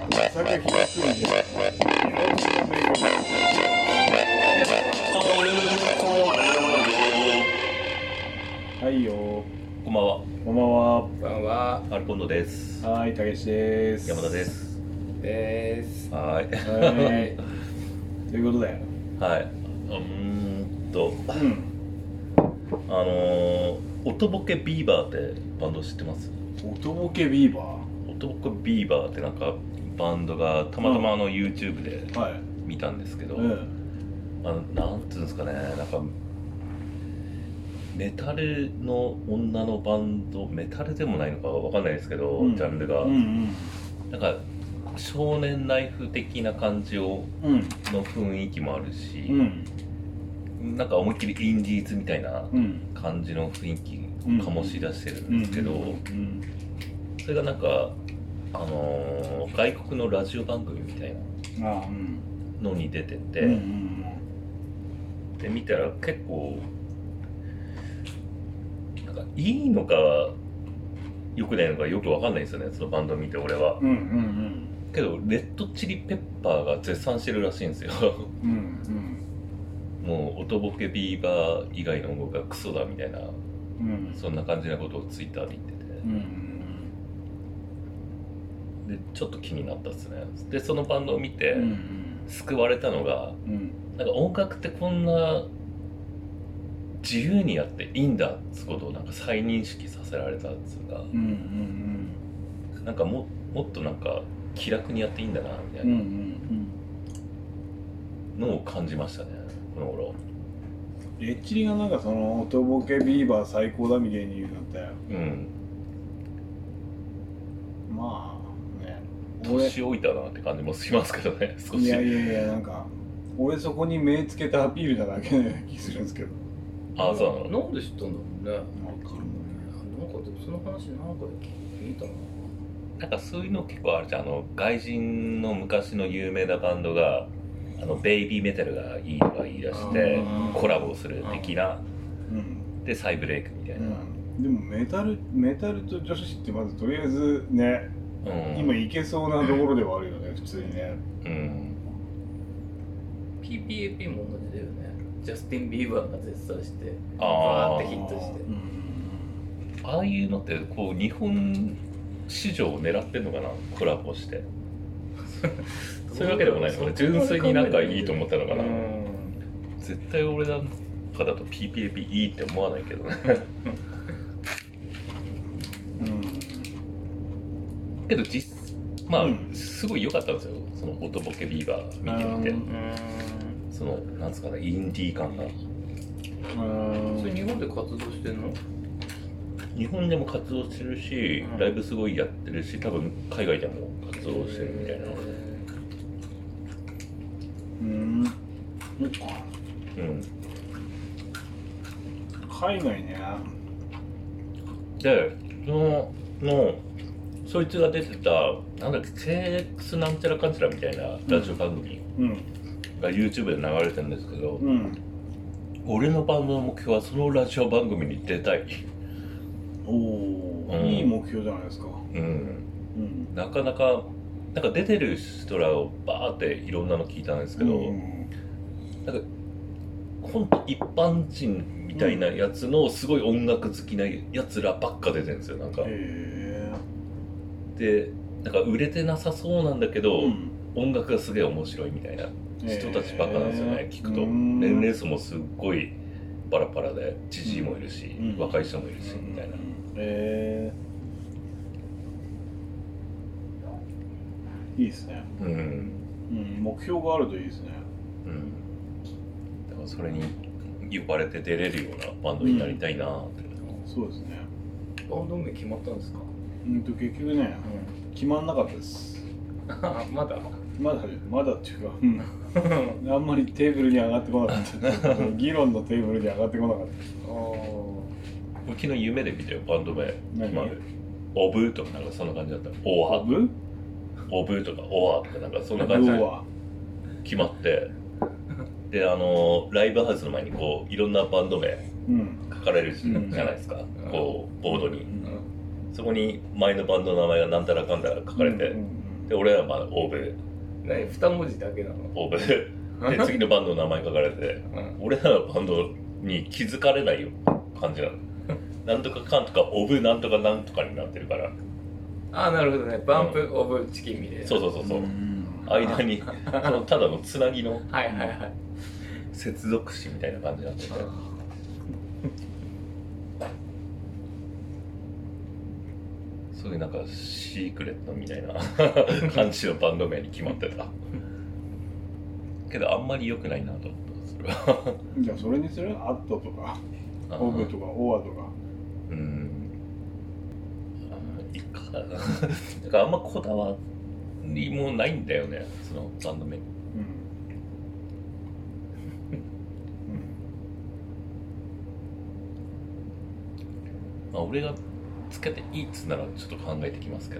低いじゃん。はいよ。 こんばんは。 こんばんは。 こんばんは。 アルコンドです。 はい、たけしです。 山田です。 ははい。 い。ということで。 はい。オトボケビーバーってバンド知ってます？ オトボケビーバー。 オトボケビーバーってなんかバンドがたまたまYouTube で見たんですけど、なんていうんですかね、なんかメタルの女のバンド、メタルでもないのかわかんないですけど、ジャンルが、なんか少年ナイフ的な感じの雰囲気もあるし、なんか思いっきりインディーズみたいな感じの雰囲気を醸し出してるんですけど、それがなんか外国のラジオ番組みたいなのに出てて、で見たら結構なんかいいのか良くないのかよく分かんないんですよね、そのバンド見て俺は。けどレッドチリペッパーが絶賛してるらしいんですよ。もうオトボケビーバー以外の音楽がクソだみたいな、そんな感じなことをツイッターで言ってて、でちょっと気になったっすね。でそのバンドを見て、救われたのが、なんか音楽ってこんな自由にやっていいんだってことをなんか再認識させられたっつうか、なんかもっとなんか気楽にやっていいんだなみたいなのを感じましたね、この頃。 レッチリがなんかそのオトボケビーバー最高だみたいに言うんだったよ。まあね、 年老いたなって感じもしますけどね、少し。 いやなんか俺そこに目つけたアピールなだけのような気するんですけど。 ああ、そうなの。なんで知ったんだろうね。 わかるね。 なんかでもその話なんかで聞いたな。 なんかそういうの結構あるじゃん。外人の昔の有名なバンドがベイビーメタルがいいとか言い出してコラボする的な、で再ブレイクみたいな、 でもメタルと女子ってまずとりあえずね、今いけそうなところではあるよね、普通にね。 PPAP も同じだよね。ジャスティン・ビーバーが絶賛してバーってヒットして、 ああいうのってこう日本市場を狙ってんのかな、コラボして。そういうわけでもないのかな、純粋になんかいいと思ったのかな。絶対俺なんかだと PPAP いいって思わないけどね。けどまあ、すごい良かったんですよ、そのオトボケビーバー見てみて。そのなんですかね、インディー感が。 それ日本で活動してんの？ 日本でも活動してるし、ライブすごいやってるし、多分海外でも活動してるみたいな。 海外ね。 でそいつが出てたなんだっけ、KX なんちゃらかんちゃらみたいなラジオ番組が YouTube で流れてるんですけど、俺のバンドの目標はそのラジオ番組に出たい。 いい目標じゃないですか。 なかなかなんか出てる人らをバーっていろんなの聞いたんですけど、なんかほんと一般人みたいなやつのすごい音楽好きなやつらばっか出てるんですよ、なんか。でなんか売れてなさそうなんだけど、音楽がすげえ面白いみたいな人たちばっかなんですよね、聞くと。年齢層もすっごいバラバラで、じじいもいるし、若い人もいるしみたいな。 いいですね。目標があるといいですね。 だからそれに呼ばれて出れるようなバンドになりたいなって。 そうですね。 バンド名決まったんですか？ 結局ね、決まんなかったです。 まだっていうか、あんまりテーブルに上がってこなかった。議論のテーブルに上がってこなかった。 昨日夢で見たよ、バンド名。オブとかなんかそんな感じだった。オブとかオアとかなんかそんな感じで決まって、でライブハウスの前にこういろんなバンド名書かれるじゃないですか、こうボードに。そこに前のバンドの名前がなんたらかんたら書かれて、 で俺らはまだオブ 2文字だけなの。 オブで次のバンドの名前書かれて、俺らのバンドに気づかれないよ感じなの。なんとかかんとかオブなんとかなんとかになってるから。 ああ、なるほどね。バンプオブチキンみたいな。 そう間にただのつなぎのはいはいはい。 接続詞みたいな感じになってて、そういうなんかシークレットみたいな感じのバンド名に決まってたけどあんまり良くないなと思ったそれは。 じゃあそれにする？アットとかオブとかオアとか。 いいかだからあんまこだわりもないんだよね、そのバンド名に。まあ俺がつけていいっつならちょっと考えてきますけど、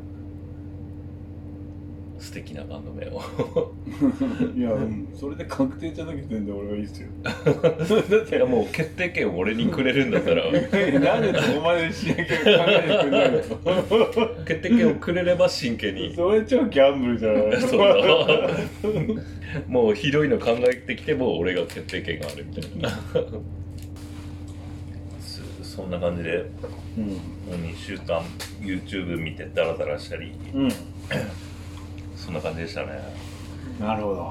素敵なバンド名をいや、それで確定じゃなきゃ全然俺はいいっすよ。だってもう決定権を俺にくれるんだったらなんでそこまでしなきゃ考えてくれないの。 決定権をくれれば真剣に。 それ超ギャンブルじゃない。 そうだもうひどいの考えてきても俺が決定権があるみたいなそんな感じで、もう2週間 YouTube 見てダラダラしたり、そんな感じでしたね。 なるほど。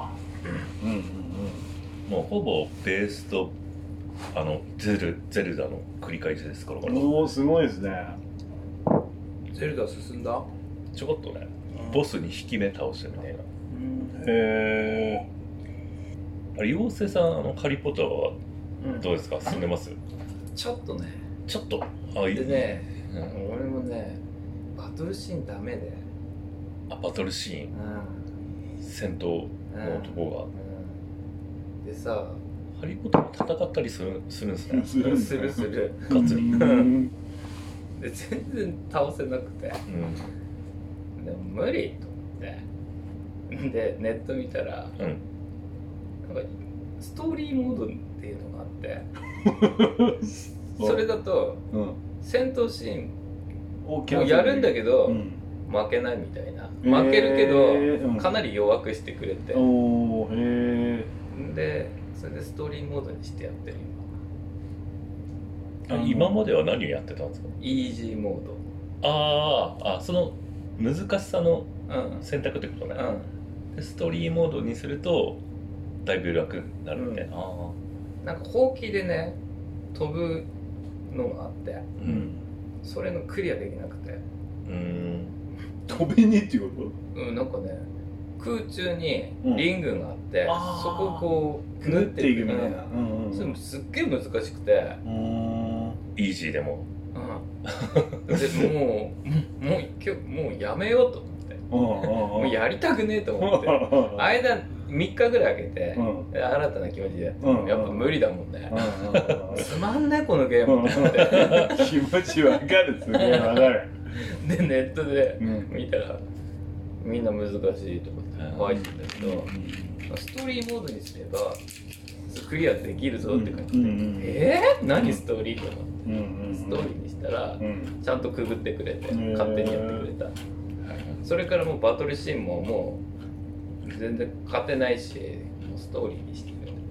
もうほぼベースとゼルダの繰り返しですからおお、すごいですね。 ゼルダ進んだ？ ちょこっとね、ボスに引き目倒してみたいな。 へあれ妖精さんハリーポッターはどうですか、進んでます？ ちょっとね。 ちょっとでね、俺もねバトルシーンダメで。 バトルシーン、戦闘のとこが、でさ、 ハリーポッターも戦ったりするんですね。 するガッツリで全然倒せなくて、でも無理と思ってでネット見たら、なんかストーリーモードっていうのがあってそれだと、戦闘シーンをやるんだけど、負けないみたいな、負けるけど、かなり弱くしてくれて、でそれでストーリーモードにしてやってる今までは何をやってたんですか？ イージーモード。その難しさの選択ってことね。でストーリーモードにするとだいぶ楽になるみたいな。 なんかほうきでね飛ぶのがあって、それのクリアできなくて、 飛べねえっていうこと？ なんかね空中にリングがあって、そこをこう縫っていくみたいな。 それもすっげえ難しくて、 イージーでも、 でもうやめようと思って、もうやりたくねえと思って間3日ぐらい空けて、新たな気持ちでやって、やっぱ無理だもんね。つまんねこのゲームって思って気持ちわかる、すげえわかる。 でネットで見たら、みんな難しいと思って書いてんだけど、ストーリーモードにすればクリアできるぞって書いてあって、何ストーリーと思って、ストーリーにしたらちゃんとくぐってくれて、勝手にやってくれた。それからもうバトルシーンももう全然勝てないし、もうストーリーにしてくれる。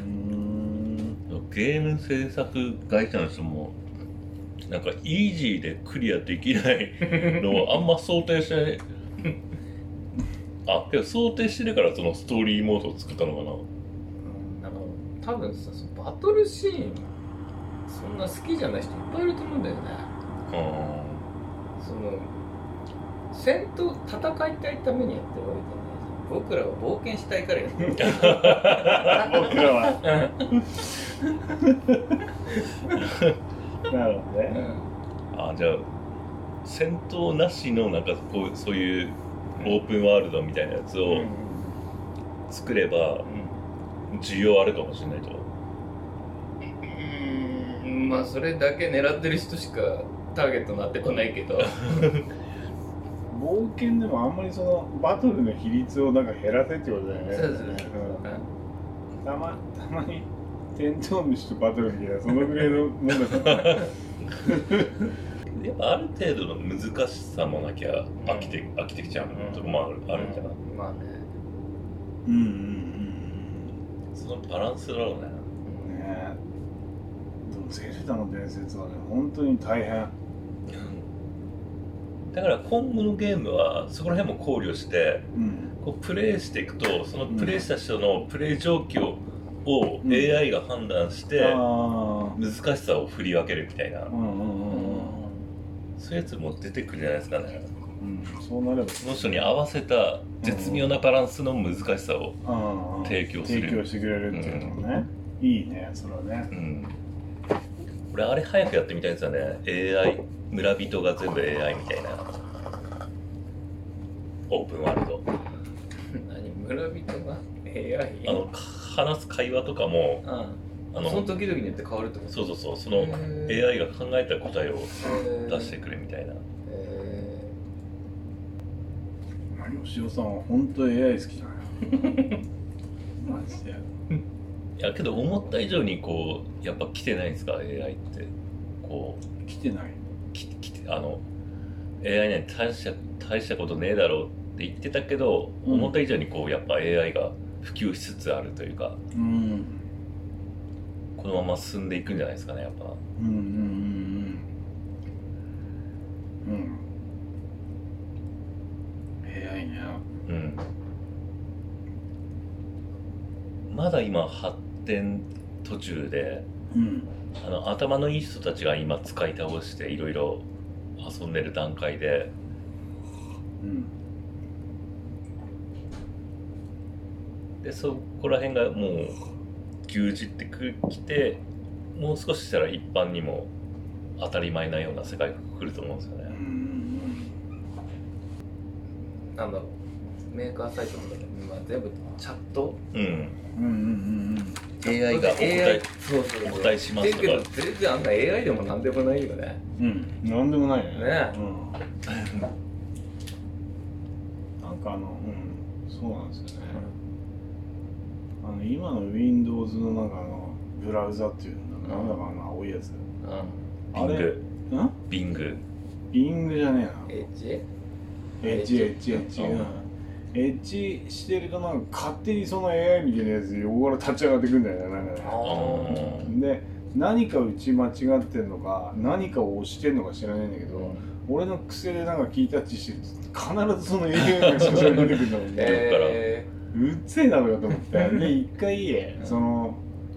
ゲーム制作会社の人もなんかイージーでクリアできないのをあんま想定してけど想定してるからそのストーリーモードを作ったのかな。 多分さ、そのバトルシーンそんな好きじゃない人いっぱいいると思うんだよね。その戦闘戦いたいためにやってるわけじゃないじゃん。僕らは冒険したいからやってる。 僕らはなるほどね。 じゃあ戦闘なしのなんかそういうオープンワールドみたいなやつを作れば需要あるかもしれないと。 まあそれだけ狙ってる人しかターゲットになってこないけど冒険でもあんまりそのバトルの比率をなんか減らせってことだよね。 そうですね。 たまにテントウムシとバトルみたいなそのぐらいのもんだからやっぱある程度の難しさもなきゃ飽きてきちゃうとこもあるんじゃない？ まあね。 そのバランスだろうね。 ねえ。でもゼルダの伝説はね、本当に大変。 だから今後のゲームはそこら辺も考慮して、こうプレイしていくと、そのプレイした人のプレイ状況を AI が判断して、難しさを振り分けるみたいな、そういうやつも出てくるんじゃないですかね。 そうなればその人に合わせた絶妙なバランスの難しさを提供してくれるっていうのもね、いいね、それはね。 俺あれ早くやってみたいんですよね。 AI 村人が全部 AI みたいなオープンワールド。 何、村人が AI？ 話す会話とかも、 その時々によって変わるってこと？ そう、その AI が考えた答えを出してくれみたいな。 吉尾さんは本当 AI 好きじゃないマジで。 いやけど思った以上にこうやっぱ来てないんですか AI って。こう来てない。 AI ね大したことねえだろうって言ってたけど、思った以上にこうやっぱ AI が普及しつつあるというか、このまま進んでいくんじゃないですかね、やっぱ。 AI ね。 まだ今発展途中で、頭のいい人たちが今使い倒していろいろ遊んでる段階で、でそこら辺がもう牛耳ってきて、もう少ししたら一般にも当たり前なような世界が来ると思うんですよね。 なんだろう、メーカーサイトとかで、全部チャット、 AI がお答えしますとか。 全然あんな AI でもなんでもないよね。 なんでもないね。なんかそうなんですよね。今の Windows の中のブラウザっていうのなんだか青いやつ。 あれBing じゃねえな。エッジしてるとなんか勝手にその AI みたいなやつ横から立ち上がってくんだよね、なんかね。で何か打ち間違ってんのか何かを押してんのか知らないんだけど、俺の癖でなんかキータッチしてると必ずその AI が写真出てくるんだもんね。うっせえなのかと思って。で一回その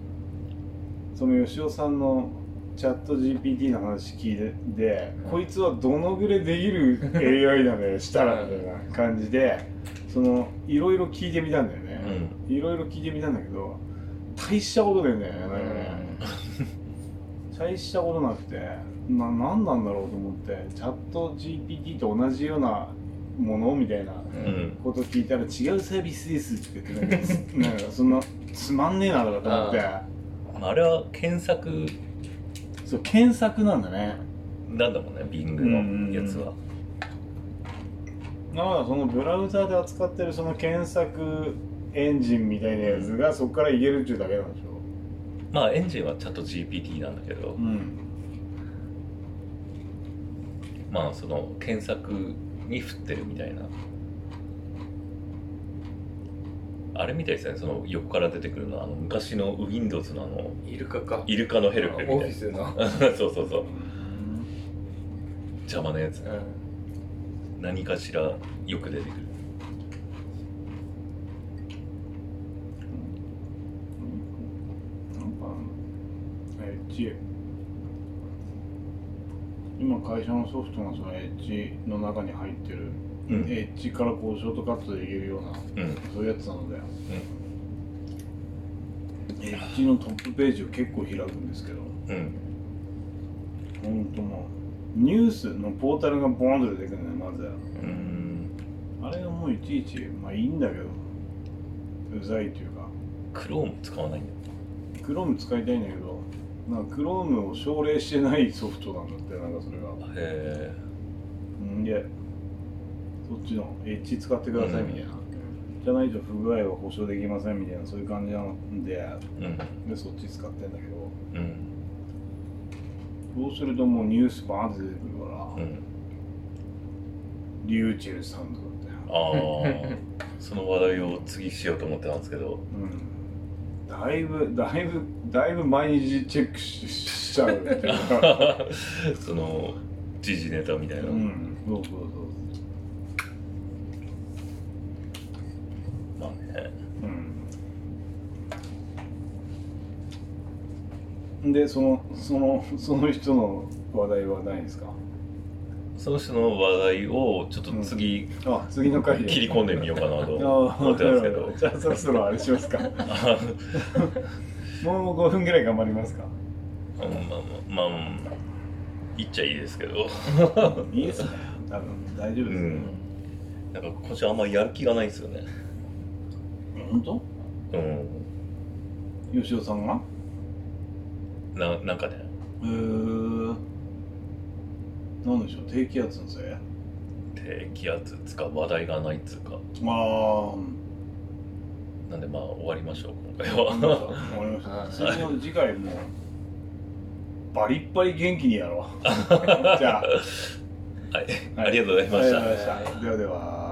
吉尾さんのチャット GPT の話聞いて、こいつはどのぐらいできる AI だねしたらみたいな感じでいろいろ聞いてみたんだよね。いろいろ聞いてみたんだけど大したことねえんだよね、なんかね。大したことなくて何なんだろうと思って、チャット GPT と同じようなものみたいなこと聞いたら、違うサービスですって言ってなんかそんなつまんねえなとかと思って。 あれは検索なんだね。 なんだもんね、Bing のやつは。 だからそのブラウザで扱ってるその検索エンジンみたいなやつがそこからいけるっていうだけなんでしょ。 まあエンジンはチャット GPT なんだけど、まあその検索に振ってるみたいな、あれみたいですね。その横から出てくるのは昔の Windows のイルカのヘルプみたいな。 オフィスのそう邪魔なやつ、何かしらよく出てくる。 なんか今会社のソフトがそのエッジの中に入ってる、エッジからこうショートカットできるような、そういうやつなので、エッジのトップページを結構開くんですけど、ほんともうニュースのポータルがボーンと出てくるね、まず。あれがもういちいちまあいいんだけどうざいというか。 Chrome 使わないんだよ。 Chrome 使いたいんだけど、なんか Chrome を奨励してないソフトなんだって、なんかそれが。でそっちのエッジ使ってくださいみたいな、じゃないと不具合は保証できませんみたいな、そういう感じなんで、でそっち使ってんだけど、そうするともうニュースバーンって出てくるかリューチェルさんとかその話題を次しようと思ってたんですけど、 だいぶ毎日チェック しちゃうっていうかその時事ネタみたいな、 そうまあね、 でその人の話題はないんですか？ その人の話題をちょっと次の回で切り込んでみようかなと思ってますけどじゃあそろそろあれしますかもう5分ぐらい頑張りますか？ まあ言っちゃいいですけどいいですね、多分大丈夫ですね、 なんか今週あんまりやる気がないですよね。 本当？吉尾さんがなんかね、 なんでしょう、低気圧のせい？ 低気圧つか話題がないっつうか、なんでまあ終わりましょう今回は。 終わりました次回もバリッバリ元気にやろうじゃあはい、ありがとうございました。 ではでは。